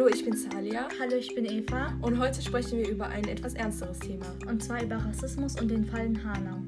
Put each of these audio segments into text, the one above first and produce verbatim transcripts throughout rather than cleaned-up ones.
Hallo, ich bin Salia. Hallo, ich bin Eva. Und heute sprechen wir über ein etwas ernsteres Thema. Und zwar über Rassismus und den Fall in Hanau.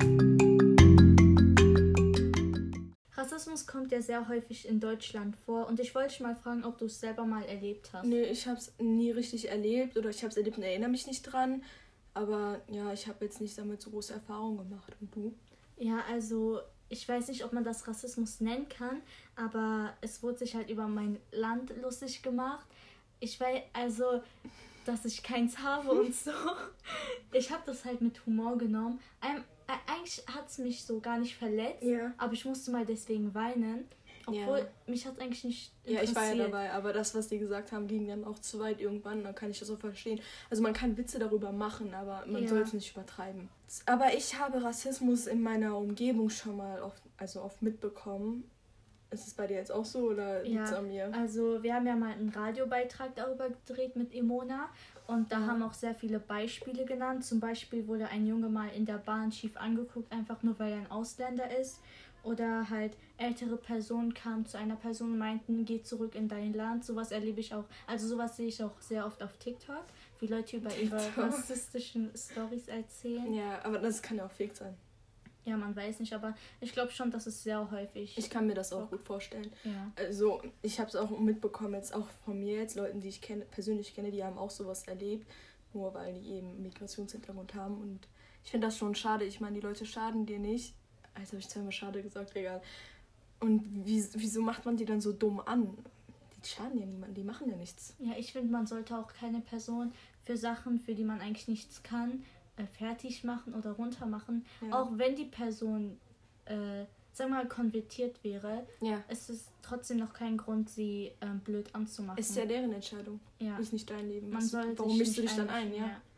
Rassismus kommt ja sehr häufig in Deutschland vor und ich wollte dich mal fragen, ob du es selber mal erlebt hast. Nee, ich habe es nie richtig erlebt oder ich habe es erlebt und erinnere mich nicht dran. Aber ja, ich habe jetzt nicht damit so große Erfahrungen gemacht. Und du? Ja, also ich weiß nicht, ob man das Rassismus nennen kann, aber es wurde sich halt über mein Land lustig gemacht. Ich weiß, also, dass ich keins habe und so. Ich habe das halt mit Humor genommen. Ein, eigentlich hat es mich so gar nicht verletzt, ja. aber ich musste mal deswegen weinen. Obwohl, ja. mich hat es eigentlich nicht interessiert. Ja, ich war ja dabei, aber das, was die gesagt haben, ging dann auch zu weit irgendwann, dann kann ich das auch verstehen. Also man kann Witze darüber machen, aber man ja. soll es nicht übertreiben. Aber ich habe Rassismus in meiner Umgebung schon mal oft, also oft mitbekommen. Ist es bei dir jetzt auch so oder liegt es ja, an mir? Also wir haben ja mal einen Radiobeitrag darüber gedreht mit Emona und da ja. haben auch sehr viele Beispiele genannt. Zum Beispiel wurde ein Junge mal in der Bahn schief angeguckt, einfach nur weil er ein Ausländer ist. Oder halt ältere Personen kamen zu einer Person und meinten, geh zurück in dein Land. Sowas erlebe ich auch. Also sowas sehe ich auch sehr oft auf TikTok, wie Leute über ihre rassistischen Storys erzählen. Ja, aber das kann ja auch fake sein. Ja, man weiß nicht, aber ich glaube schon, dass es sehr häufig... Ich kann mir das auch gut vorstellen. Ja. Also ich habe es auch mitbekommen, jetzt auch von mir jetzt, Leuten, die ich kenne, persönlich kenne, die haben auch sowas erlebt, nur weil die eben Migrationshintergrund haben. Und ich finde das schon schade. Ich meine, die Leute schaden dir nicht. Jetzt habe ich zweimal schade gesagt, egal. Und wie, wieso macht man die dann so dumm an? Die schaden ja niemanden, die machen ja nichts. Ja, ich finde, man sollte auch keine Person für Sachen, für die man eigentlich nichts kann, äh, fertig machen oder runter machen. Ja. Auch wenn die Person, äh, sagen wir mal, konvertiert wäre, ja. ist es trotzdem noch kein Grund, sie äh, blöd anzumachen. Ist ja deren Entscheidung. Ja. Ist nicht dein Leben. Man soll Warum mischst du dich dann ein? Ja. ja.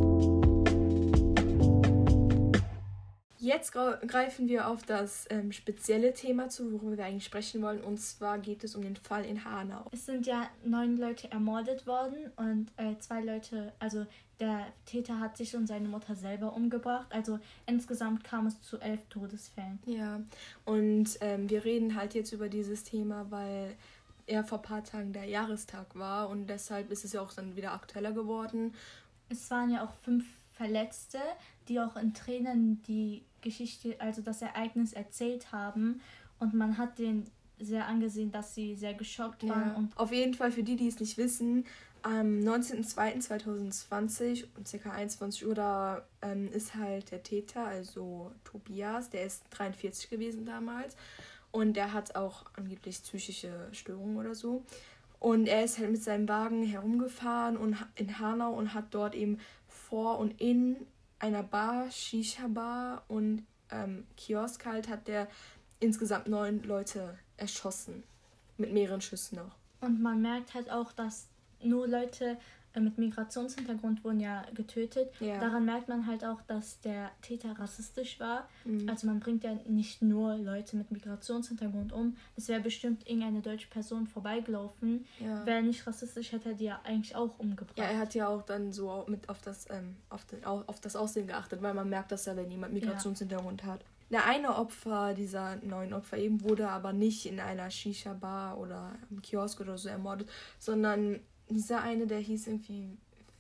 Jetzt greifen wir auf das ähm, spezielle Thema zu, worüber wir eigentlich sprechen wollen. Und zwar geht es um den Fall in Hanau. Es sind ja neun Leute ermordet worden und äh, zwei Leute, also der Täter hat sich und seine Mutter selber umgebracht. Also insgesamt kam es zu elf Todesfällen. Ja, und ähm, wir reden halt jetzt über dieses Thema, weil er vor ein paar Tagen der Jahrestag war und deshalb ist es ja auch dann wieder aktueller geworden. Es waren ja auch fünf Verletzte, die auch in Tränen die Geschichte, also das Ereignis erzählt haben und man hat denen sehr angesehen, dass sie sehr geschockt waren. Ja. Und auf jeden Fall für die, die es nicht wissen, am neunzehnten zweiten zweitausendzwanzig um ca. einundzwanzig Uhr da ähm, ist halt der Täter, also Tobias, der ist dreiundvierzig gewesen damals und der hat auch angeblich psychische Störungen oder so. Und er ist halt mit seinem Wagen herumgefahren und in Hanau und hat dort eben vor und in einer Bar, Shisha-Bar und ähm, Kiosk halt, hat der insgesamt neun Leute erschossen. Mit mehreren Schüssen noch. Und man merkt halt auch, dass nur Leute äh, mit Migrationshintergrund wurden ja getötet. Ja. Daran merkt man halt auch, dass der Täter rassistisch war. Mhm. Also man bringt ja nicht nur Leute mit Migrationshintergrund um. Es wäre bestimmt irgendeine deutsche Person vorbeigelaufen. Ja. Wäre nicht rassistisch, hätte er die ja eigentlich auch umgebracht. Ja, er hat ja auch dann so mit auf das, ähm, auf, den, auf das Aussehen geachtet, weil man merkt, dass er, wenn jemand Migrationshintergrund ja. hat. Der eine Opfer, dieser neuen Opfer eben, wurde aber nicht in einer Shisha-Bar oder im Kiosk oder so ermordet, sondern dieser eine, der hieß irgendwie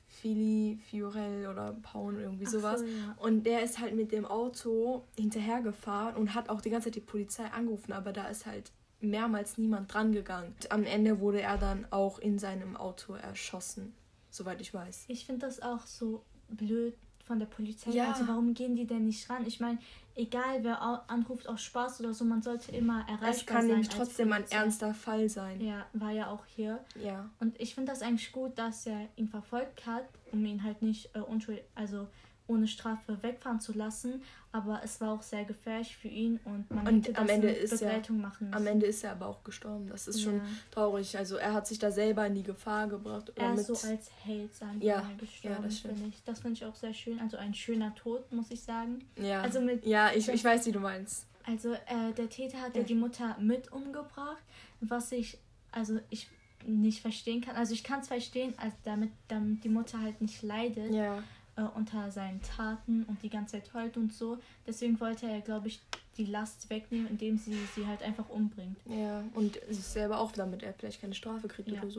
Fili, Fiorel oder Paun, irgendwie Ach sowas. So, ja. Und der ist halt mit dem Auto hinterhergefahren und hat auch die ganze Zeit die Polizei angerufen, aber da ist halt mehrmals niemand dran gegangen. Und am Ende wurde er dann auch in seinem Auto erschossen, soweit ich weiß. Ich finde das auch so blöd von der Polizei. Ja. Also warum gehen die denn nicht ran? Ich meine, egal wer anruft aus Spaß oder so, man sollte immer erreichbar sein. Es kann sein nämlich trotzdem ein ernster Fall sein. Ja, war ja auch hier. Ja. Und ich finde das eigentlich gut, dass er ihn verfolgt hat, um ihn halt nicht äh, unschuldig, also ohne Strafe wegfahren zu lassen. Aber es war auch sehr gefährlich für ihn und man und hätte am das Ende in ist Begleitung er, machen müssen. Am Ende ist er aber auch gestorben. Das ist schon ja. traurig. Also er hat sich da selber in die Gefahr gebracht. Er ist ist so als Held, sagen ja. wir mal, gestorben, ja, das finde ich. Das finde ich auch sehr schön. Also ein schöner Tod, muss ich sagen. Ja, also mit ja ich, ich weiß, wie du meinst. Also äh, der Täter hat ja. ja die Mutter mit umgebracht, was ich, also ich nicht verstehen kann. Also ich kann es verstehen, also damit, damit die Mutter halt nicht leidet. Ja. unter seinen Taten und die ganze Zeit heult und so. Deswegen wollte er, glaube ich, die Last wegnehmen, indem sie sie halt einfach umbringt. Ja, und sich selber auch, damit er vielleicht keine Strafe kriegt ja. oder so.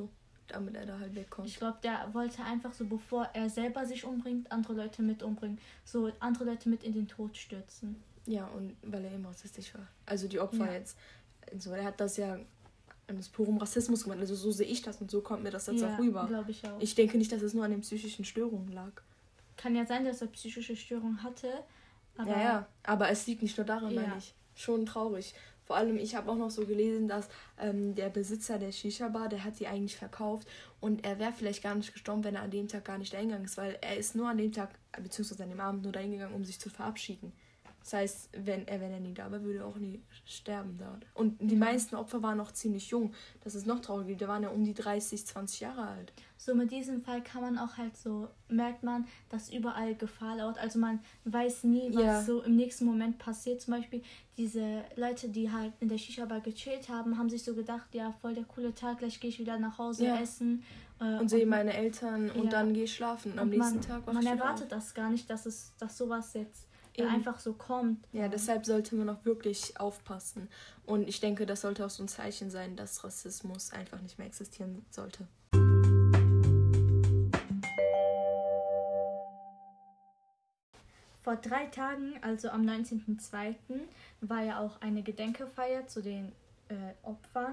damit er da halt wegkommt. Ich glaube, der wollte einfach so, bevor er selber sich umbringt, andere Leute mit umbringen. So andere Leute mit in den Tod stürzen. Ja, und weil er eben rassistisch war. Also die Opfer ja. jetzt. Also er hat das ja das purem Rassismus gemacht. Also so sehe ich das und so kommt mir das jetzt ja, auch rüber. Glaube ich auch. Ich denke nicht, dass es nur an den psychischen Störungen lag. Kann ja sein, dass er psychische Störungen hatte. Aber ja, ja, aber es liegt nicht nur daran, ja. meine ich. Schon traurig. Vor allem, ich habe auch noch so gelesen, dass ähm, der Besitzer der Shisha-Bar, der hat die eigentlich verkauft und er wäre vielleicht gar nicht gestorben, wenn er an dem Tag gar nicht eingegangen ist, weil er ist nur an dem Tag, beziehungsweise an dem Abend nur dahin gegangen, um sich zu verabschieden. Das heißt, wenn er, wenn er nie da war, würde er auch nie sterben da. Und die ja. meisten Opfer waren noch ziemlich jung. Das ist noch trauriger. Die waren ja um die dreißig, zwanzig Jahre alt. So mit diesem Fall kann man auch halt so, merkt man, dass überall Gefahr lauert. Also man weiß nie, was ja. so im nächsten Moment passiert. Zum Beispiel diese Leute, die halt in der Shisha-Bar gechillt haben, haben sich so gedacht, ja, voll der coole Tag, gleich gehe ich wieder nach Hause ja. essen. Äh, und sehe meine Eltern und ja. dann gehe ich schlafen. Und am und nächsten man, Tag Man erwartet auf. das gar nicht, dass es dass sowas jetzt einfach so kommt. Ja, deshalb sollte man auch wirklich aufpassen. Und ich denke, das sollte auch so ein Zeichen sein, dass Rassismus einfach nicht mehr existieren sollte. Vor drei Tagen, also am neunzehnten zweiten war ja auch eine Gedenkfeier zu den äh, Opfern.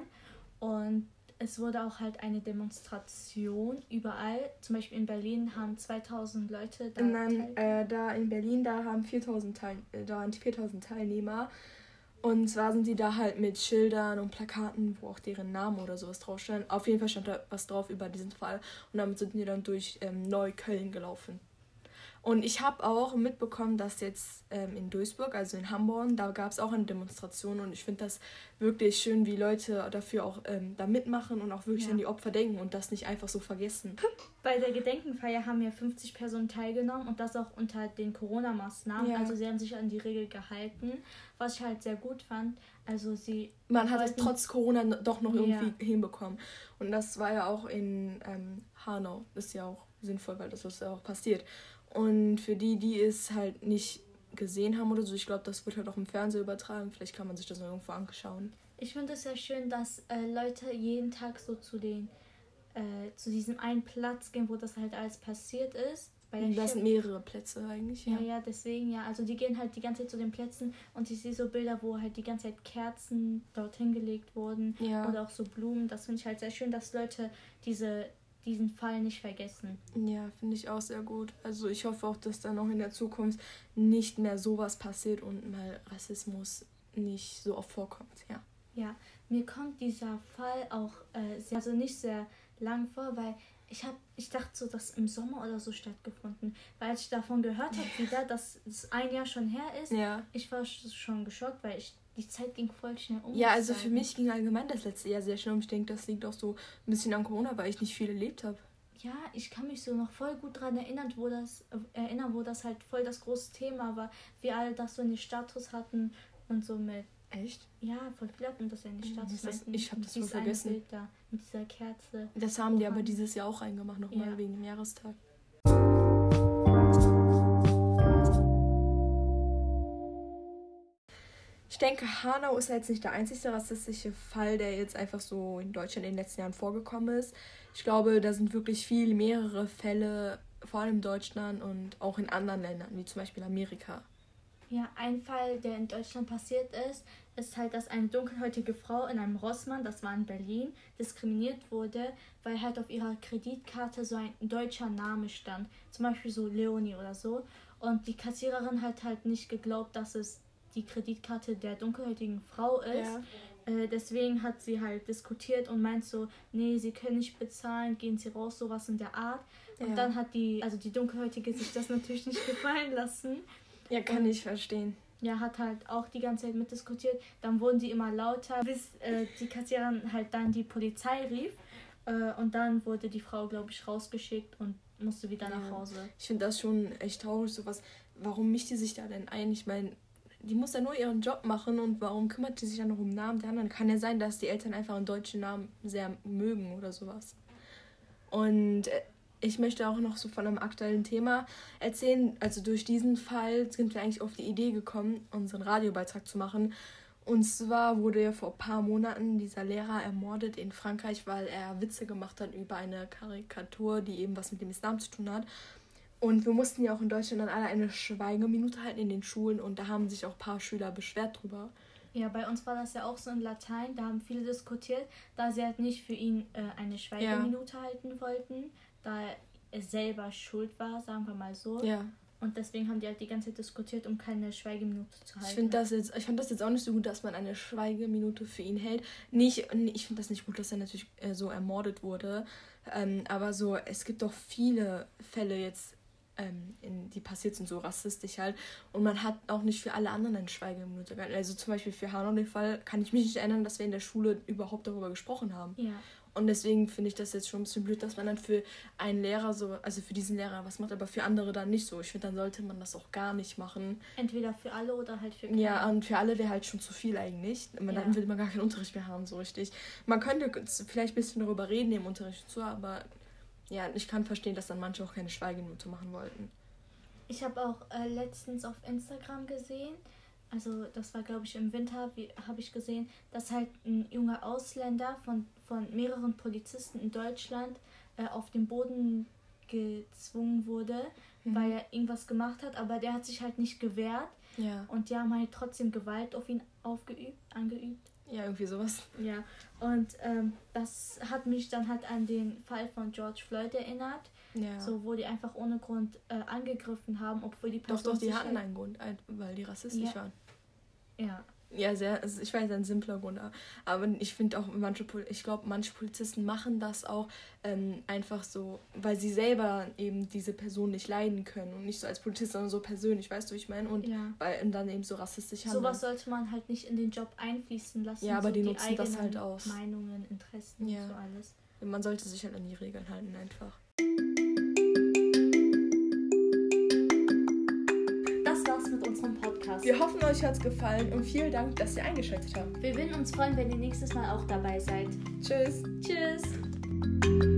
Und es wurde auch halt eine Demonstration überall. Zum Beispiel in Berlin haben zweitausend Leute da Nein, äh, da in Berlin, da haben viertausend, Teil, äh, da waren viertausend Teilnehmer. Und zwar sind die da halt mit Schildern und Plakaten, wo auch deren Namen oder sowas draufstehen. Auf jeden Fall stand da was drauf über diesen Fall. Und damit sind die dann durch ähm, Neukölln gelaufen. Und ich habe auch mitbekommen, dass jetzt ähm, in Duisburg, also in Hamburg, da gab es auch eine Demonstration. Und ich finde das wirklich schön, wie Leute dafür auch ähm, da mitmachen und auch wirklich ja. an die Opfer denken und das nicht einfach so vergessen. Bei der Gedenkenfeier haben ja fünfzig Personen teilgenommen und das auch unter den Corona-Maßnahmen. Ja. Also sie haben sich an die Regel gehalten, was ich halt sehr gut fand. Also sie Man hat es trotz Corona doch noch irgendwie ja. hinbekommen. Und das war ja auch in ähm, Hanau. Das ist ja auch sinnvoll, weil das ist ja auch passiert. Und für die, die es halt nicht gesehen haben oder so, ich glaube, das wird halt auch im Fernsehen übertragen. Vielleicht kann man sich das noch irgendwo anschauen. Ich finde es sehr schön, dass äh, Leute jeden Tag so zu den äh, zu diesem einen Platz gehen, wo das halt alles passiert ist. Bei der das sind mehrere Plätze eigentlich. Ja. ja, ja, deswegen, ja. Also die gehen halt die ganze Zeit zu den Plätzen und ich sehe so Bilder, wo halt die ganze Zeit Kerzen dorthin gelegt wurden ja. oder auch so Blumen. Das finde ich halt sehr schön, dass Leute diese diesen Fall nicht vergessen. Ja, finde ich auch sehr gut. Also ich hoffe auch, dass dann auch in der Zukunft nicht mehr sowas passiert und mal Rassismus nicht so oft vorkommt, ja. Ja, mir kommt dieser Fall auch äh, sehr, also nicht sehr lang vor, weil ich hab, ich dachte so, dass im Sommer oder so stattgefunden, weil als ich davon gehört habe wieder, dass es ein Jahr schon her ist, ja. ich war schon geschockt, weil ich die Zeit ging voll schnell um. Ja, also für mich ging allgemein das letzte Jahr sehr schnell um. Ich denke, das liegt auch so ein bisschen an Corona, weil ich nicht viel erlebt habe. Ja, ich kann mich so noch voll gut daran erinnern, wo das, äh, erinnern, wo das halt voll das große Thema war. Wir alle das so in den Status hatten und so mit... Echt? Ja, voll viele hatten das ja in den Status. Das, ich habe das voll vergessen. Bild da, mit dieser Kerze. Das haben die aber dieses Jahr auch reingemacht, nochmal ja. wegen dem Jahrestag. Ich denke, Hanau ist jetzt nicht der einzige rassistische Fall, der jetzt einfach so in Deutschland in den letzten Jahren vorgekommen ist. Ich glaube, da sind wirklich viel mehrere Fälle, vor allem in Deutschland und auch in anderen Ländern, wie zum Beispiel Amerika. Ja, ein Fall, der in Deutschland passiert ist, ist halt, dass eine dunkelhäutige Frau in einem Rossmann, das war in Berlin, diskriminiert wurde, weil halt auf ihrer Kreditkarte so ein deutscher Name stand. Zum Beispiel so Leonie oder so. Und die Kassiererin hat halt nicht geglaubt, dass es die Kreditkarte der dunkelhäutigen Frau ist. Ja. Äh, deswegen hat sie halt diskutiert und meint so, nee, sie können nicht bezahlen, gehen sie raus, sowas in der Art. Und ja. dann hat die, also die Dunkelhäutige sich das natürlich nicht gefallen lassen. Ja, kann und, ich verstehen. Ja, hat halt auch die ganze Zeit mitdiskutiert. Dann wurden die immer lauter, bis äh, die Kassiererin halt dann die Polizei rief. Äh, und dann wurde die Frau, glaube ich, rausgeschickt und musste wieder ja. nach Hause. Ich finde das schon echt traurig, sowas. Warum mischt die sich da denn ein? Ich meine, die muss ja nur ihren Job machen und warum kümmert die sich dann noch um Namen der anderen? Kann ja sein, dass die Eltern einfach einen deutschen Namen sehr mögen oder sowas. Und ich möchte auch noch so von einem aktuellen Thema erzählen. Also durch diesen Fall sind wir eigentlich auf die Idee gekommen, unseren Radiobeitrag zu machen. Und zwar wurde ja vor ein paar Monaten dieser Lehrer ermordet in Frankreich, weil er Witze gemacht hat über eine Karikatur, die eben was mit dem Islam zu tun hat. Und wir mussten ja auch in Deutschland dann alle eine Schweigeminute halten in den Schulen und da haben sich auch ein paar Schüler beschwert drüber. Ja, bei uns war das ja auch so in Latein, da haben viele diskutiert, da sie halt nicht für ihn äh, eine Schweigeminute ja. halten wollten, da er selber schuld war, sagen wir mal so. Ja. Und deswegen haben die halt die ganze Zeit diskutiert, um keine Schweigeminute zu halten. Ich finde das jetzt, ich fand das jetzt auch nicht so gut, dass man eine Schweigeminute für ihn hält. Nicht, ich finde das nicht gut, dass er natürlich äh, so ermordet wurde. Ähm, aber so, es gibt doch viele Fälle jetzt, ähm, in, die passiert sind, so rassistisch halt. Und man hat auch nicht für alle anderen eine Schweigeminute gehalten. Also zum Beispiel für Hanno den Fall kann ich mich nicht erinnern, dass wir in der Schule überhaupt darüber gesprochen haben. Ja. Und deswegen finde ich das jetzt schon ein bisschen blöd, dass man dann für einen Lehrer so, also für diesen Lehrer was macht, aber für andere dann nicht so. Ich finde, dann sollte man das auch gar nicht machen. Entweder für alle oder halt für keine. Ja, und für alle wäre halt schon zu viel eigentlich. Man, ja. Dann will man gar keinen Unterricht mehr haben, so richtig. Man könnte vielleicht ein bisschen darüber reden im Unterricht zu, aber ja, ich kann verstehen, dass dann manche auch keine Schweigeminute machen wollten. Ich habe auch äh, letztens auf Instagram gesehen, also das war glaube ich im Winter, habe ich gesehen, dass halt ein junger Ausländer von, von mehreren Polizisten in Deutschland äh, auf den Boden gezwungen wurde, mhm. weil er irgendwas gemacht hat, aber der hat sich halt nicht gewehrt. Ja. Und die haben halt trotzdem Gewalt auf ihn aufgeübt, angeübt. Ja, irgendwie sowas. Ja, und ähm, das hat mich dann halt an den Fall von George Floyd erinnert. Ja. So, wo die einfach ohne Grund äh, angegriffen haben, obwohl die Person. Doch, doch, die hatten einen Grund, weil die rassistisch ja. waren. Ja. Ja, sehr, also ich weiß, ein simpler Grund. Aber ich finde auch, manche, ich glaube, manche Polizisten machen das auch ähm, einfach so, weil sie selber eben diese Person nicht leiden können. Und nicht so als Polizist, sondern so persönlich, weißt du, wie ich meine? Und ja. weil und dann eben so rassistisch handeln. Sowas sollte man halt nicht in den Job einfließen lassen. Ja, aber so die nutzen die das halt aus. Meinungen, Interessen ja. und so alles. Man sollte sich halt an die Regeln halten einfach. Das war's mit unserem Podcast. Wir hoffen, euch hat's gefallen und vielen Dank, dass ihr eingeschaltet habt. Wir würden uns freuen, wenn ihr nächstes Mal auch dabei seid. Tschüss. Tschüss.